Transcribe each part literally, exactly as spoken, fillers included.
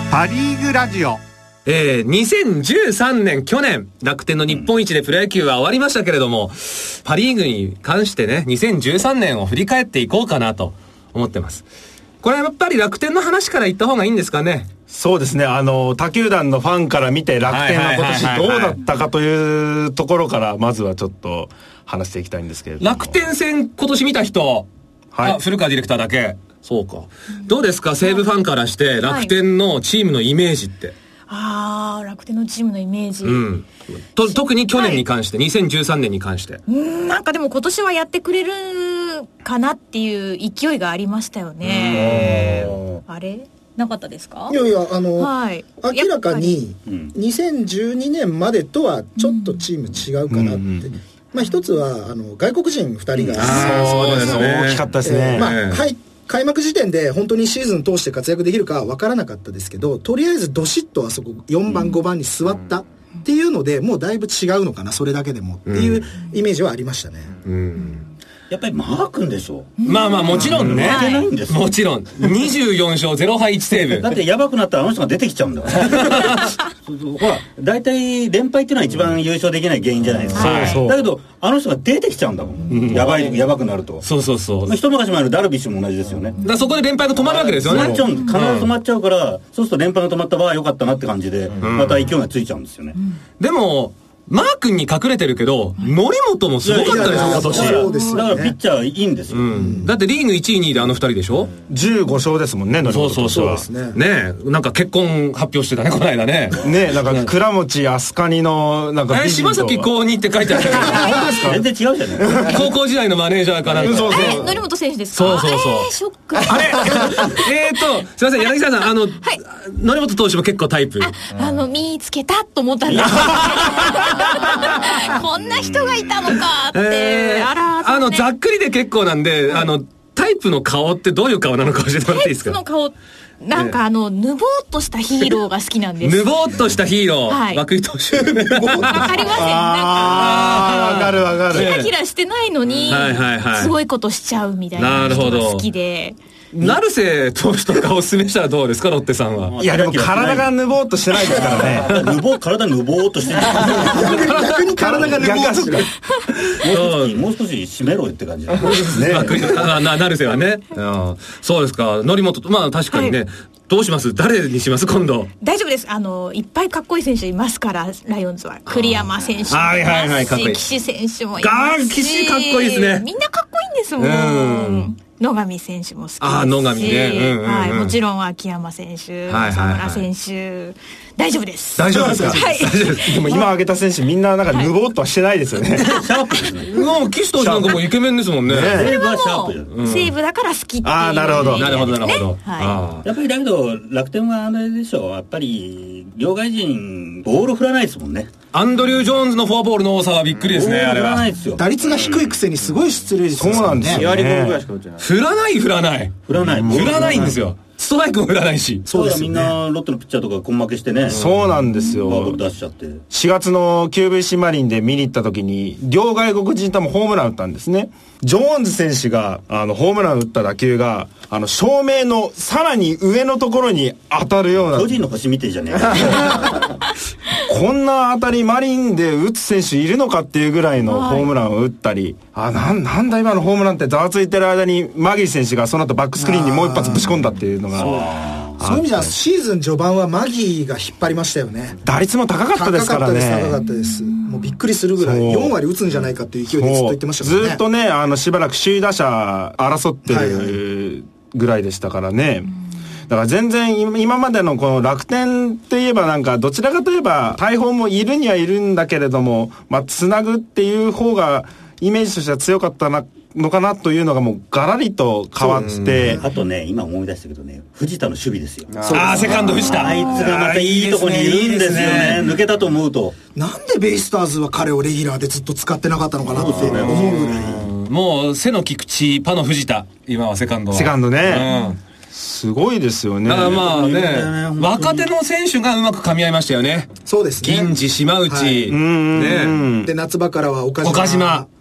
パリーグラジオ。 えー、にせんじゅうさんねん去年楽天の日本一でプロ野球は終わりましたけれども、パリーグに関してねにせんじゅうさんねんを振り返っていこうかなと思ってます。これはやっぱり楽天の話から言った方がいいんですかね。 そうですね、あの他球団のファンから見て楽天は今年どうだったかというところからまずはちょっと話していきたいんですけれども。 楽天戦今年見た人、はい、あ古川ディレクターだけ。そうか、どうですか西武ファンからして楽天のチームのイメージって。はい、 あー楽天のチームのイメージ、うん、 と特に去年に関して、はい、にせんじゅうさんねんに関して、 うんなんかでも今年はやってくれるかなっていう勢いがありましたよね。あれなかったですか。 いやいやあの、はい、明らかににせんじゅうにねんまでとはちょっとチーム違うかなって、うん、まあ一つはあの外国人ふたりが、うん、 そうですね、大きかったですね、 えー、まあはい開幕時点で本当にシーズン通して活躍できるかは分からなかったですけど、とりあえずどしっとあそこよんばんごばんに座ったっていうので、もうだいぶ違うのかなそれだけでもっていうイメージはありましたね。 うんうんやっぱりマー君でしょ。 まあまあもちろんね、 負けないんですよ。 もちろんにじゅうよんしょうゼロはいいちセーブだってやばくなったらあの人が出てきちゃうんだからほら大体連敗っていうのは一番優勝できない原因じゃないですか、うんはい、だけどあの人が出てきちゃうんだもん、うん、やばいやばくなると。 そうそうそう、 まあ、一昔前のダルビッシュも同じですよね。 だからそこで連敗が止まるわけですよね。 必ず止まっちゃうから、うん、そうすると連敗が止まった場合は良かったなって感じで、うん、また勢いがついちゃうんですよね、うん、 でもマー君に隠れてるけど、則本もすごかったでしょ今年。 そうですよね。 だからピッチャーいいんですよ、うん、 だってリーグいちいにいであのふたりでしょ、 じゅうごしょうですもんね。 そうそうそうですね。ねえなんか結婚発表してたねこの間ね。 ねえなんか倉持飛鳥のなんかえ柴崎高にって書いてあるけど本当ですか。全然違うじゃない高校時代のマネージャーかなんか。 そうそうそう則本選手ですか。 そうそうそう、 えー、ショック。 あれえーとすいません柳沢さんあの、はい、則本投手も結構タイプ。 あ、あの見つけたと思ったんですこんな人がいたのかって、えー、あら、 あのざっくりで結構なんで、はい、あのタイプの顔ってどういう顔なのか教えてもらっていいですか。 タイプの顔なんかあのぬぼーっとしたヒーローが好きなんです。 ぬぼーっとしたヒーロー、はい、涌井投手わかりません。なんかあわかるわかる。 キラキラしてないのに、はいはいはい、すごいことしちゃうみたいな人が好きで。 成瀬投手とかおすすめしたらどうですかロッテさんは。 いやでも体がぬぼーっとしてないですからね。 ぬぼ体ぬぼーっとしてる逆に体がぬぼーっとしてるもう少し締めろよって感じね。 成瀬はね。そうですか。則本まあ確かにね、はい、どうします。誰にします今度。 大丈夫です。あのいっぱいかっこいい選手いますからライオンズは。栗山選手もいますし、岸選手もいますし。 岸かっこいいですね。 みんなかっこいいんですもん。うん野上選手も好きですし、 あ野上ね、うんうんうんはい、 もちろん秋山選手、 はいはいはい、 浅村選手、大丈夫です。 大丈夫ですか。はい、 でも今挙げた選手みんななんかぬぼーっとはしてないですよね。 シャープですね。 もう岸投手なんかもイケメンですもんね。 それはもう西武だから好きっていう、ね、 ああなるほどなるほどなるほど、 はい、やっぱりだけど楽天はあれでしょう、やっぱり両外人ボール振らないですもんね。 アンドリュー・ジョーンズのフォアボールの多さはびっくりですね。あれは打率が低いくせにすごい出塁率ですそうなんですよね。 振らない振らない振らない振らないんですよ。ストライクも振らないし。 そうですよね。みんなロッテのピッチャーとか根負けしてね。 そうなんですよ。 フォアボール出しちゃってしがつの キューブイシー マリンで見に行った時に両外国人ともホームラン打ったんですね。ジョーンズ選手があのホームラン打った打球があの照明のさらに上のところに当たるような。 巨人の星見てじゃねえこんな当たりマリンで打つ選手いるのかっていうぐらいのホームランを打ったり、はい、あな、なんだ今のホームランってざわついてる間にマギー選手がその後バックスクリーンにもう一発ぶち込んだっていうのが。 そういう意味ではシーズン序盤はマギーが引っ張りましたよね。 打率も高かったですからね。 高かったです高かったです。もうびっくりするぐらいよんわり打つんじゃないかっていう勢いでずっと言ってましたからね。 ずっとねあのしばらく首位打者争ってるぐらいでしたからね、はいはい、だから全然今までのこの楽天って言えばなんかどちらかといえば大砲もいるにはいるんだけれども、まあつなぐっていう方がイメージとしては強かったなのかなというのがもうガラリと変わって、 あとね今思い出したけどね藤田の守備ですよ。 ああセカンド藤田、 あいつがまたいいとこにいるんですよね。抜けたと思うとなんでベイスターズは彼をレギュラーでずっと使ってなかったのかなって思うぐらい、 もう背の利くちパの藤田今はセカンドはセカンドね、うん、すごいですよね。 だからまあね若手の選手がうまく噛み合いましたよね。 そうですね。 銀次島内、はい、 ね、で夏場からは岡島岡島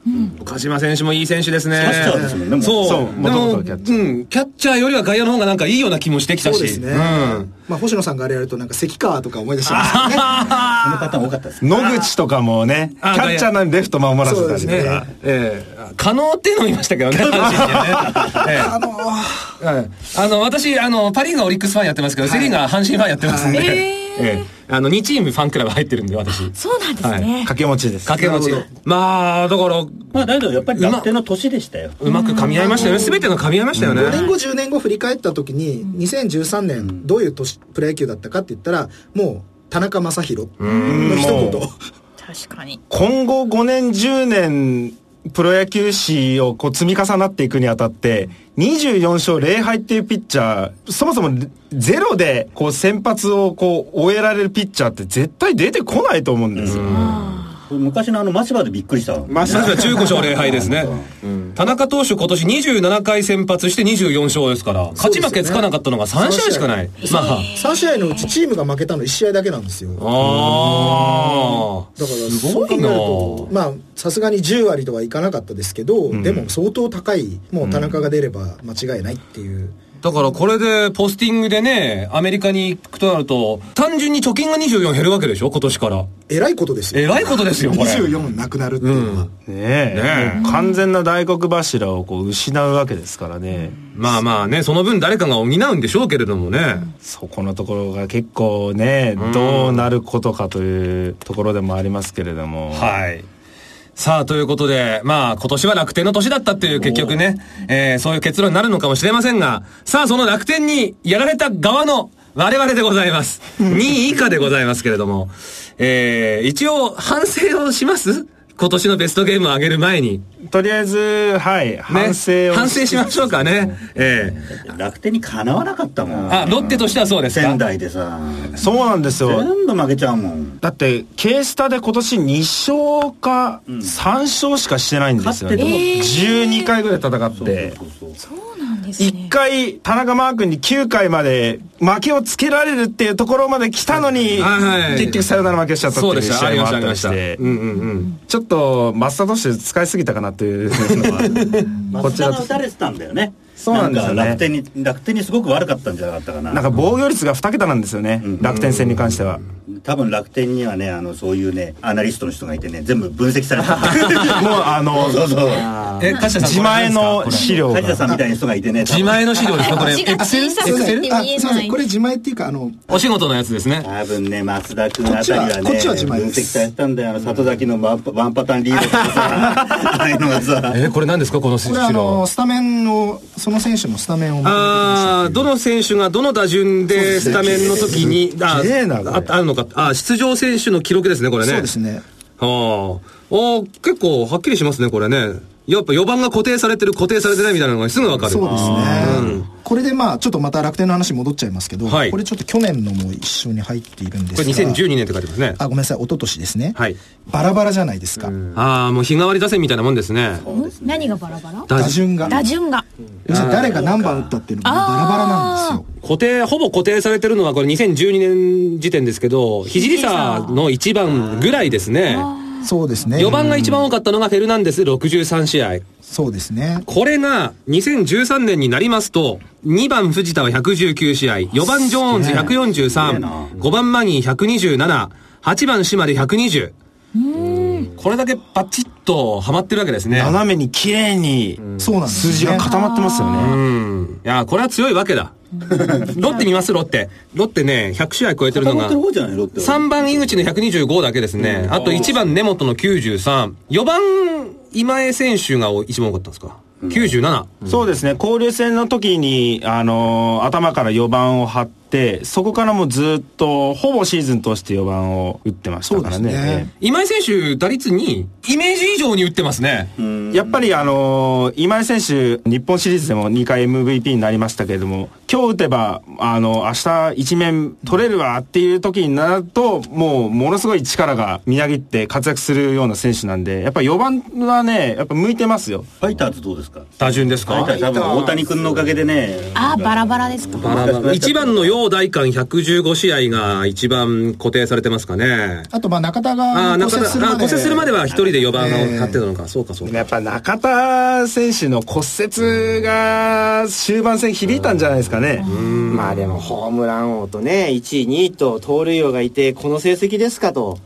うん、岡島選手もいい選手ですね。 キャッチャーですもんね。 そう。 そう、もともとキャッチャー。 うん。キャッチャーよりは外野の方がなんかいいような気もしてきたし。 そうですね。うん。まあ、星野さんがあれやるとなんか関川とか思い出しますよね。 このパターン多かったですね。 野口とかもね、キャッチャーなのにレフト守らせたりとか。 そうですね。 ええー、可能っていうのを見ましたけどね、阪神にはね。えー、あのー、あの、私、あの、パリーグはオリックスファンやってますけど、はい、セリーグは阪神ファンやってますんで。えーええあのにチームファンクラブ入ってるんで私。 そうなんですね、はい、 掛け持ちです。 掛け持ち。まあだからまあだけどやっぱり楽天の年でしたよ。 うまく噛み合いましたよね。全てが噛み合いましたよね。 ごねんごじゅうねんご振り返った時ににせんじゅうさんねんどういう年プロ野球だったかって言ったらもう田中将大の一言。 確かに。 今後ごねんじゅうねんプロ野球史をこう積み重なっていくにあたってにじゅうよんしょうぜろはいっていうピッチャー、そもそもゼロでこう先発をこう終えられるピッチャーって絶対出てこないと思うんですよ。 昔のあの松葉でびっくりした。 松葉じゅうごしょうぜろはいですね、うん、田中投手今年にじゅうななかい先発してにじゅうよんしょうですから、勝ち負けつかなかったのがさんしあいしかない。まあさんしあいのうちチームが負けたのいちしあいだけなんですよ。 ああ、 だからすごいな。 まあさすがにじゅうわりとはいかなかったですけど、うん、でも相当高い、もう田中が出れば間違いないっていう、うん、 だからこれでポスティングでねアメリカに行くとなると単純に貯金がにじゅうよん減るわけでしょ今年から。 えらいことですよ。 えらいことですよこれ。 にじゅうよんなくなるっていうのは、うん、 ねえ、ねえ完全な大黒柱をこう失うわけですからね、 うん、まあまあねその分誰かが補うんでしょうけれどもね、うん、 そこのところが結構ねどうなることかというところでもありますけれども、 はい。さあ、ということで、まあ、今年は楽天の年だったっていう結局ね、えー、そういう結論になるのかもしれませんが、さあ、その楽天にやられた側の我々でございます。にい以下でございますけれども、えー、一応、反省をします今年のベストゲームを上げる前に。 とりあえず、はい、ね、反省を。 反省しましょうかね。ええー。楽天にかなわなかったもん。 あ、ロッテとしてはそうですか。 仙台でさ。 そうなんですよ。 全部負けちゃうもん。 だって、Kスタで今年にしょうかさんしょうしかしてないんですよね。えー、じゅうにかいぐらい戦って。そうそうそうそうそうなんですね。 いっかい、田中マー君にきゅうかいまで負けをつけられるっていうところまで来たのに、はい、結局サヨナラ負けしちゃったっていう試合もあったりして、うんうんうん、ちょっと増田として使いすぎたかなっていうのはこちら増田が打たれてたんだよね。 そうなんですよね。 楽天に楽天にすごく悪かったんじゃなかったかな。 なんか防御率がにけたなんですよね、うん、楽天戦に関しては。 多分楽天にはねあのそういうねアナリストの人がいてね全部分析されてたもうあのそうそうえ梶田さん自前の資料梶田さんみたいな人がいてね自前の資料ですかこれエクセルエクセルあすいませんこれ自前っていうかあのお仕事のやつですね。 多分ね松田君あたりはねこっちは自前分析されてたんだよ。あの里崎のワンワンパターンリードとかさああいうのがさえこれ何ですかこの資料。 これあのスタメンのその選手のスタメンをああどの選手がどの打順でスタメンの時にあああるのかあ出場選手の記録ですねこれね。 そうですね。 はああ結構はっきりしますねこれね。やっぱよばんが固定されてる固定されてないみたいなのがすぐわかる。 そうですね、うん、これでまあちょっとまた楽天の話戻っちゃいますけど、はい、これちょっと去年のも一緒に入っているんですがこれにせんじゅうにねんって書いてますね。 あごめんなさい一昨年ですね、 はい、 バラバラじゃないですか。 ああもう日替わり打線みたいなもんですね。 そうですね。何がバラバラ打順が打順が誰が何番打ったっていうのがバラバラなんですよ。 固定ほぼ固定されてるのはこれにせんじゅうにねん時点ですけどひじりさのいちばんぐらいですね。 そうですね。 よばんが一番多かったのがフェルナンデスろくじゅうさんしあい。 そうですね。 これがにせんじゅうさんねんになりますとにばん藤田はひゃくじゅうきゅうしあい、よばんジョーンズひゃくよんじゅうさん、ごばんマギーひゃくにじゅうなな、はちばん島でひゃくにじゅう。うんこれだけパチッとはまってるわけですね。 斜めに綺麗に数字が固まってますよね。 うんいやこれは強いわけだ。ロッテ見ますロッテロッテねひゃくしあい超えてるのがさんばん井口のひゃくにじゅうごだけですね、うん、あといちばん根本のきゅうじゅうさん、よばん今江選手が一番多かったんですか、うん、きゅうじゅうなな、 うん、そうですね。交流戦の時に、あのー、頭からよばんを張ってそこからもずっとほぼシーズン通してよばんを打ってましたから ね, ね今井選手打率にイメージ以上に打ってますね。 うんやっぱりあのー、今井選手日本シリーズでもにかい エムブイピー になりましたけれども今日打てばあの明日一面取れるわっていう時になるともうものすごい力がみなぎって活躍するような選手なんでやっぱよばんはねやっぱ向いてますよ。 ファイターズどうですか。 打順ですか。 ファイターズ多分大谷君のおかげでねああバラバラですか。 バラバラいちばんのよ陽大韓ひゃくじゅうごしあいが一番固定されてますかね。 あとまあ中田が骨折するまで骨折するまでは一人でよばんを張ってたのか、えー、そうかそうか。 やっぱ中田選手の骨折が終盤戦響いたんじゃないですかね。 うん、まあでもホームラン王とねいちいにいと盗塁王がいてこの成績ですかと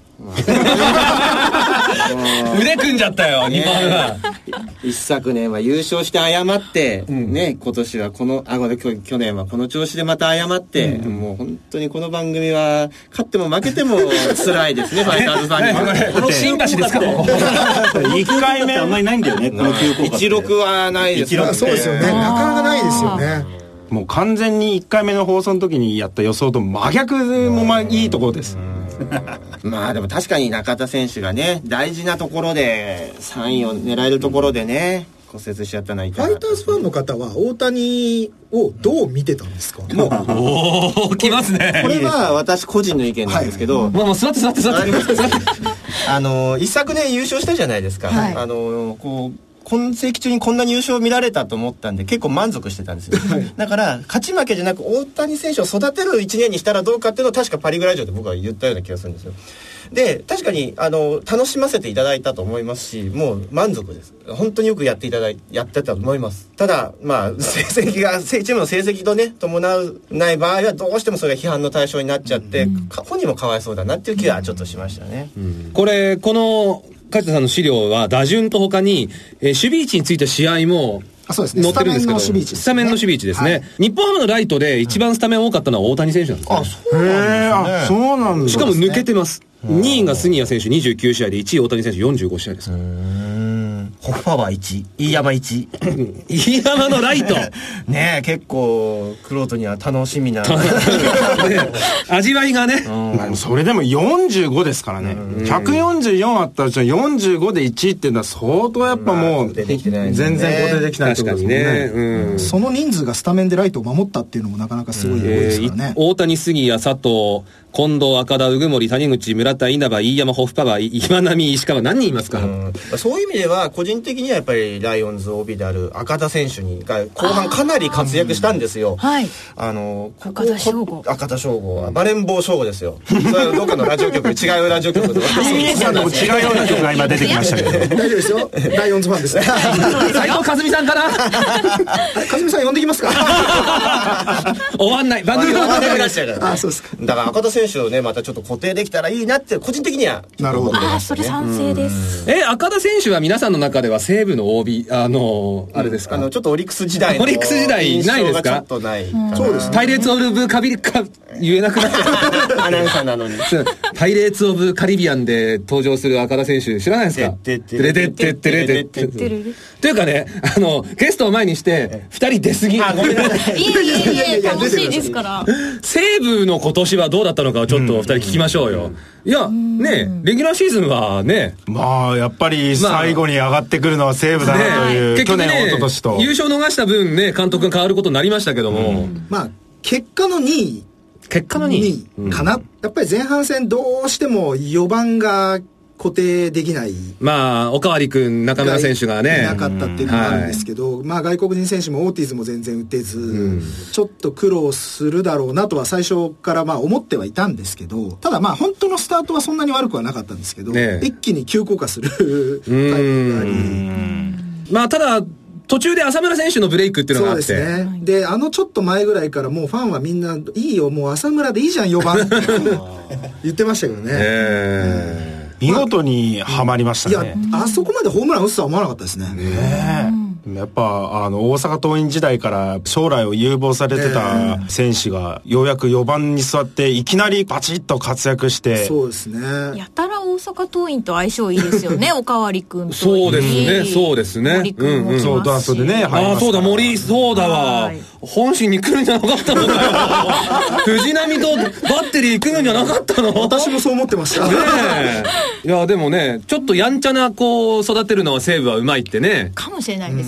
腕組んじゃったよ、にばんは。 一昨年は優勝して謝って、うん、ね、今年はこの、あ、ごめん、去年はこの調子でまた謝って、うん、もう本当にこの番組は、勝っても負けても辛いですね、ファイターズファンには。 この新橋ですか、ここ。 いっかいめあんまりないんだよね、この急降下。 いちろくはないですね。 そうですよね。なかなかないですよね。 もう完全にいっかいめの放送の時にやった予想と真逆もまあいいところです。 まあでも確かに中田選手がね大事なところでさんいを狙えるところでね骨折しちゃったのはファイターズファンの方は大谷をどう見てたんですか？もうおお来ますね。 これは私個人の意見なんですけど、 はい、もうもう座って座って座ってあの一昨年優勝したじゃないですか、はい、あのこう今世紀中にこんなに優勝を見られたと思ったんで結構満足してたんですよ、はい、だから勝ち負けじゃなく大谷選手を育てるいちねんにしたらどうかっていうのを確かパリグラジオで僕は言ったような気がするんですよ。で確かにあの楽しませていただいたと思いますしもう満足です。本当によくやっていただいやってたと思います。ただまあ成績がチームの成績とね伴わない場合はどうしてもそれが批判の対象になっちゃって、うん、本人もかわいそうだなっていう気はちょっとしましたね、うんうん、 これこの梶田さんの資料は打順と他に、えー、守備位置についた試合も載ってるんですけど、スタメンの守備位置ですね。日本ハムのライトで一番スタメン多かったのは大谷選手なんですね。 あ、そうなんですね。あ、そうなんですね。 しかも抜けてます。にいが杉谷選手にじゅうきゅうしあいでいちい大谷選手よんじゅうごしあいです。うーん、ホフパワーいち、飯山いち。 飯山のライトねえ、結構クロートには楽しみな、ね、 味わいがね、 うん、それでもよんじゅうごですからね、うん、ひゃくよんじゅうよんあったらよんじゅうごでいちいっていうのは相当やっぱもう、まあ、全然固定できないってことですね。 確かにね、うん、 その人数がスタメンでライトを守ったっていうのもなかなかすごい多いですからね、 えー、大谷、杉谷、佐藤、近藤、赤田、鵜久森、谷口、村田、稲葉、飯山、ホフパワー、今波、石川、何人いますか？うん、 そういう意味では個人的にはやっぱりライオンズ オービー である赤田選手にが後半かなり活躍したんですよ。 はい。 あの赤田翔吾。 赤田翔吾はバレンボー翔吾ですよ。それはどっかのラジオ局違うラジオ局で杉さんの違うような曲が今出てきましたけど大丈夫ですよ。ライオンズファンですね。 斉藤和美さんかな。 和美さん呼んできますか？ 終わんない。番組終わんない。 あ、そうですか。 だから赤田選手をねまたちょっと固定できたらいいなって個人的にはなるほど、 あ、それ賛成です。 え、赤田選手は皆さんの中では西武の オービー あのあれですか、 うん、あのちょっとオリックス時代のオリックス時代ないですか？ ちょっとないかな。 そうですね。 パイレーツオブカビリカ言えなくなっちゃアナウンサーなのにパイレーツオブカリビアンで登場する赤田選手知らないですか？ てってれてってってれてってというかね、あのゲストを前にしてふたり出過ぎ。 あ、ごめんなさい。 いえいえいえ、楽しいですから。 西武の今年はどうだったのかをちょっとふたり聞きましょうよ。いやね、レギュラーシーズンはね、 まあやっぱり最後に上がってくるのは西武だなという、ね、去年一昨年と優勝逃した分ね監督が変わることになりましたけども、うん、 まあ結果のにい結果のにいかな、うん、やっぱり前半戦どうしてもよばんが固定できない。 まあおかわりくん中村選手がねいなかったっていうのもあるんですけど、はい、まあ外国人選手もオーティズも全然打てず、うん、ちょっと苦労するだろうなとは最初からまあ思ってはいたんですけど、ただまあ本当のスタートはそんなに悪くはなかったんですけど、ね、一気に急降下するタイプがあり、 まあただ途中で浅村選手のブレイクっていうのがあって、 そうですね。で、あのちょっと前ぐらいからもうファンはみんないいよ、もう浅村でいいじゃんよばんって言ってましたけどね。 へー、 見事にはまりましたね。 いや、あそこまでホームラン打つとは思わなかったですね。 ねえ。やっぱあの大阪桐蔭時代から将来を有望されてた選手がようやくよばんに座っていきなりバチッと活躍して、 そうですね。 やたら大阪桐蔭と相性いいですよね。おかわりくんと。 そうですね、そうですね。 森くんも来ますし、うんうん、 そうドラフトでね。 ああ、そうだ森、そうだわ。本心に来るんじゃなかったのかよ。藤浪とバッテリー来るんじゃなかったの？ 私もそう思ってました。ねえ。いやでもね、ちょっとやんちゃな子を育てるのは西武はうまいってね。 かもしれないです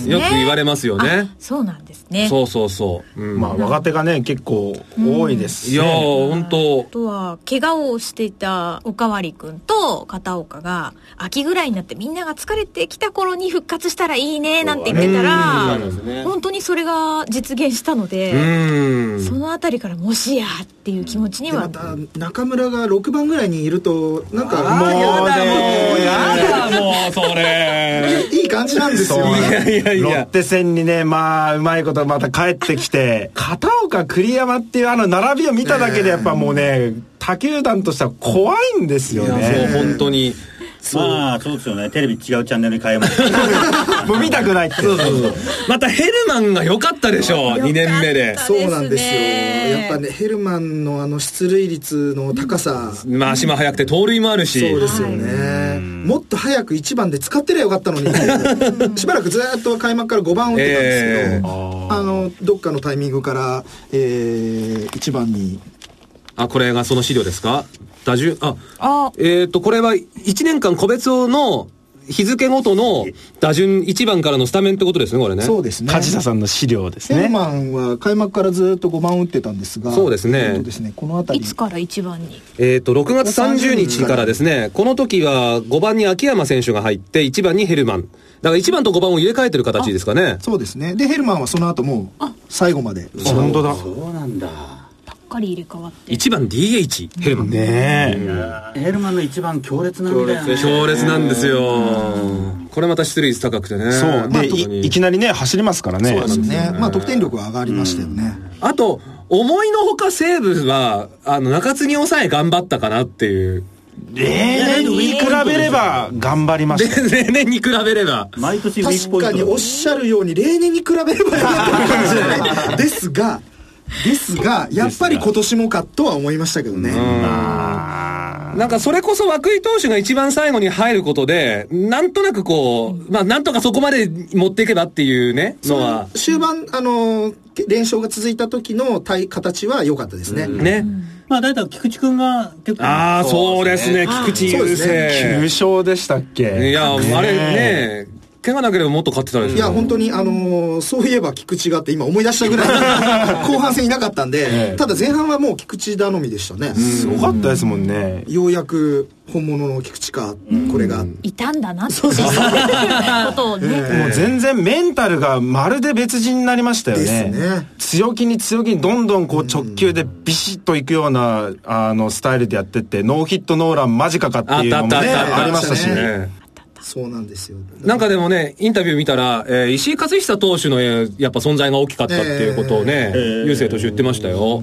ですね。 よく言われますよね。 そうなんですね。 そうそうそう。うん、 まあ若手がね結構多いですし、 ね、いやー本当。 あとは怪我をしていたおかわりくんと片岡が秋ぐらいになってみんなが疲れてきた頃に復活したらいいねなんて言ってたら、本当にそれが実現したので、うんそのあたりからもしやっていう気持ちには。 また中村がろくばんぐらいにいるとなんかもうやだもうやだもうそれいい感じなんですよね。 いやいやいや、 ロッテ戦にねまあうまいことまた帰ってきて片岡栗山っていうあの並びを見ただけでやっぱもうね他球団としては怖いんですよね。 そう本当にまあそうですよね。テレビ違うチャンネルに変えますもう見たくないってそうそうそうまたヘルマンが良かったでしょにねんめで。 そうなんですよ。やっぱねヘルマンのあの出塁率の高さ、 まあ足も速くて盗塁もあるし。 そうですよね。もっと早くいちばんで使ってりゃよかったのにしばらくずっと開幕からごばん打ってたんですけど、えー、あのどっかのタイミングから、えー、いちばんに。 あ、これがその資料ですか。打順、あ、あえっと、これはいちねんかん個別の日付ごとの打順いちばんからのスタメンってことですね、これね。 そうですね。 梶田さんの資料ですね。 ヘルマンは開幕からずっとごばん打ってたんですが。 そうですね。 そうですね。このあたり。 いつからいちばんにえっと、ろくがつさんじゅうにちからですね、この時はごばんに秋山選手が入って、いちばんにヘルマン。だからいちばんとごばんを入れ替えてる形ですかね。 そうですね。で、ヘルマンはその後もう最後まで。 あ、本当だ。 そうなんだ。 入れ替わっていちばん ディーエイチ ヘルマンねえ、ヘルマンの一番強烈なんだよね。 強烈なんですよ。これまた出塁率高くてね。 そうで、 まあ、 い, いきなりね走りますからね。 そうですね。まあ得点力は上がりましたよね。 あと思いのほか西武はあの中継ぎ抑え頑張ったかなっていう。 例年に比べれば頑張りました。 例年に比べれば毎年ウィークポイント。 確かにおっしゃるように例年に比べればよかったかもしれないですがですがやっぱり今年もかとは思いましたけどね。 なんかそれこそ涌井投手が一番最後に入ることでなんとなくこうまあなんとかそこまで持っていけばっていうねのは終盤あの連勝が続いた時の対形は良かったですね。 ね。 まあ大体菊池君が結構。 ああそうですね。菊池雄星きゅう勝でしたっけ。 いやあれね怪我なければもっと勝ってたでしょ。 いや本当にあのー、そういえば菊池がって今思い出したぐらい後半戦いなかったんで、ええ、ただ前半はもう菊池頼みでしたね。 すごかったですもんね。 ようやく本物の菊池かこれがいたんだなってことをね、えー、もう全然メンタルがまるで別人になりましたよね。ですね。強気に強気にどんどんこう直球でビシッといくようなあのスタイルでやってってノーヒットノーラン間近かっていうのもねありましたしね。 そうなんですよ。 なんかでもねインタビュー見たら、えー、石井勝久投手の、えー、やっぱ存在が大きかったっていうことをね雄星投手言ってましたよ。うん、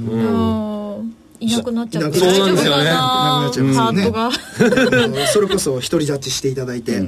いなくなっちゃってそうなんですよね。いなくなっちゃいますよね。 ハートがそれこそ独り立ちしていただいて、うん、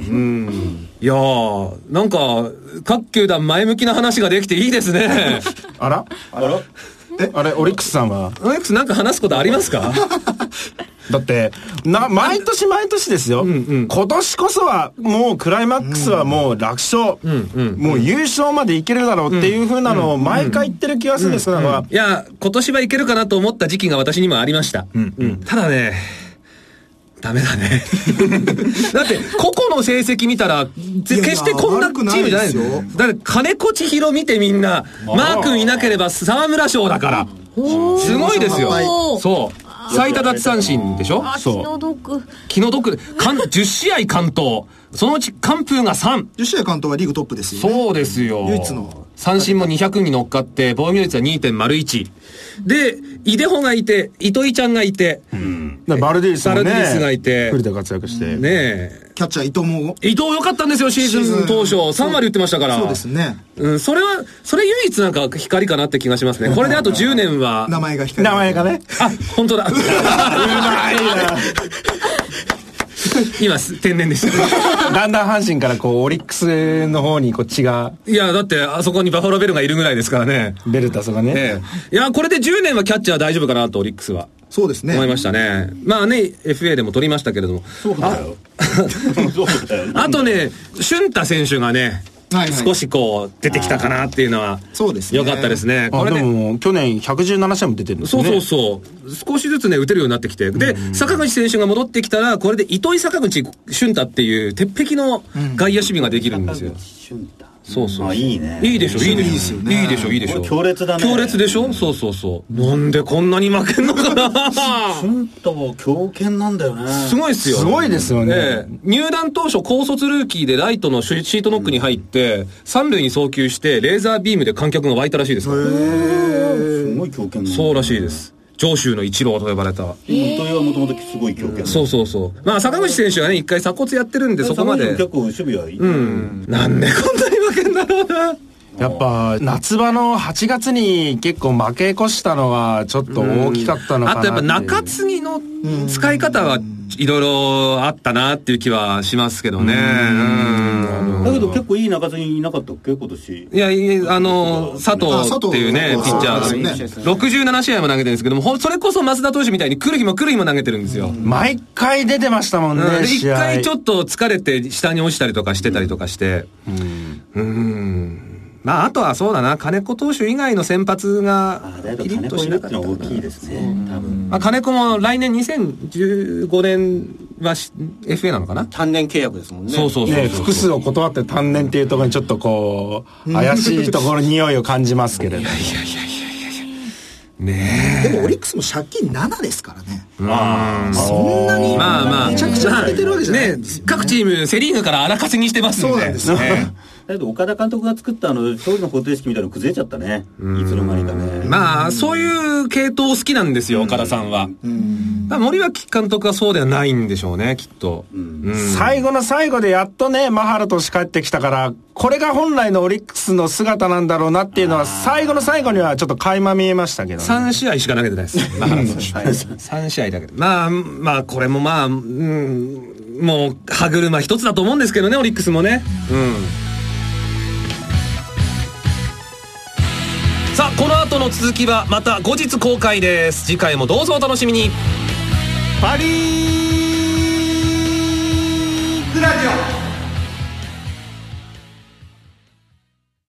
いやーなんか各球団前向きな話ができていいですね。 あらあらえあれオリックスさんはオリックスなんか話すことありますか。 だってな毎年毎年ですよ、うんうん、今年こそはもうクライマックスはもう楽勝、うんうん、もう優勝までいけるだろうっていう風なのを毎回言ってる気がするんですけど、うんうんうん、 いや今年はいけるかなと思った時期が私にもありました、うんうん、ただねダメだねだって個々の成績見たら決してこんなチームじゃないですよ。だって金子千尋見てみんなマー君いなければ沢村賞だからすごいですよ。そう最多奪三振でしょ。そう気の毒気の毒じゅっしあい完投そのうち完封がさん。 じゅっしあい完投はリーグトップですよね。 そうですよ。 唯一の三振もにひゃくに乗っかって防御率は にてんまるいち でイデホがいて糸井ちゃんがいて、うん、 バルディスもねバルディスがいてフルで活躍してねえキャッチャー伊藤も伊藤良かったんですよシーズン当初さんわり打ってましたから。 そうですね、 うん、それはそれ唯一なんか光かなって気がしますね。これであとじゅうねんは名前が光る名前がねあ本当だうまいな今天然でしただんだん阪神からこうオリックスの方にこう血がいやだってあそこにバファローベルがいるぐらいですからね。 ベルタスがね、ええ、いやこれでじゅうねんはキャッチャー大丈夫かなとオリックスはそうですね思いましたね。まあね エフエー でも取りましたけれどもそうだよあとね俊太選手がねはいはい、少しこう出てきたかなっていうのはそうですね良かったですね。 これねでも去年ひゃくじゅうななしあいも出てるんですね。 そうそうそう少しずつね打てるようになってきてで、うん、坂口選手が戻ってきたらこれで糸井坂口俊太っていう鉄壁の外野守備ができるんですよ、うん、 そうそう。 あ、いいね。 いいでしょ、いいでしょ。 いいですよねいいでしょ、いいでしょ。 強烈だね。 強烈でしょ。そうそうそう。なんでこんなに負けんのかな。 本当強肩なんだよね。 すごいっすよ。 すごいですよね。 ええ、入団当初高卒ルーキーでライトのシートノックに入って、三塁に送球してレーザービームで観客が湧いたらしいですから。 すごい強肩なんだ。 そうらしいです。上州の一郎と呼ばれた。 本当にはもともとすごい強肩。 そうそうそう。まあ坂口選手はね、一回鎖骨やってるんで、そこまで。 結構守備はいい。 うん。なんでこんなに負けんだろうな。 やっぱ夏場のはちがつに結構負け越したのはちょっと大きかったのかなっていう。 あとやっぱ中継ぎの使い方はいろいろあったなっていう気はしますけどね。うん。 だけど結構いい中継ぎいなかったっけ今年。 いやいや、あの佐藤っていうねピッチャーがろくじゅうななしあいも投げてるんですけども、それこそ増田投手みたいに来る日も来る日も投げてるんですよ。 毎回出てましたもんね。 うん、で一回ちょっと疲れて下に落ちたりとかしてたりとかして。うん。うんまあ、あとはそうだな、金子投手以外の先発がピリッとしなかったのは大きいですね、多分。 まあ、金子も来年にせんじゅうごねんは エフエー なのかな、 単年契約ですもんね。 そうそうそうそう、 ね、複数を断って単年っていうところにちょっとこう怪しいところに匂いを感じますけれど。いやいやいやいやいやねえ。 でもオリックスも借金ななですからね。 まあそんなにまあまあめちゃくちゃ負けてるわけじゃないんですよ、 ね、各チームセリーグから荒稼ぎしてますんで。 そうなんですよね。 だけど岡田監督が作ったあの勝利の方程式みたいなの崩れちゃったね、いつの間にかね。 まあそういう系統好きなんですよ、岡田さんは。だ森脇監督はそうではないんでしょうね、きっと。うん、 最後の最後でやっとねマハラ投手帰ってきたから、これが本来のオリックスの姿なんだろうなっていうのは最後の最後にはちょっと垣間見えましたけど、ね、 さん試合しか投げてないですマハラ投手さん試合だけど、まあまあこれもまあ、うん、もう歯車一つだと思うんですけどね、オリックスもね。うんさあこの後の続きはまた後日公開です。次回もどうぞお楽しみに。 パリーグラジオ。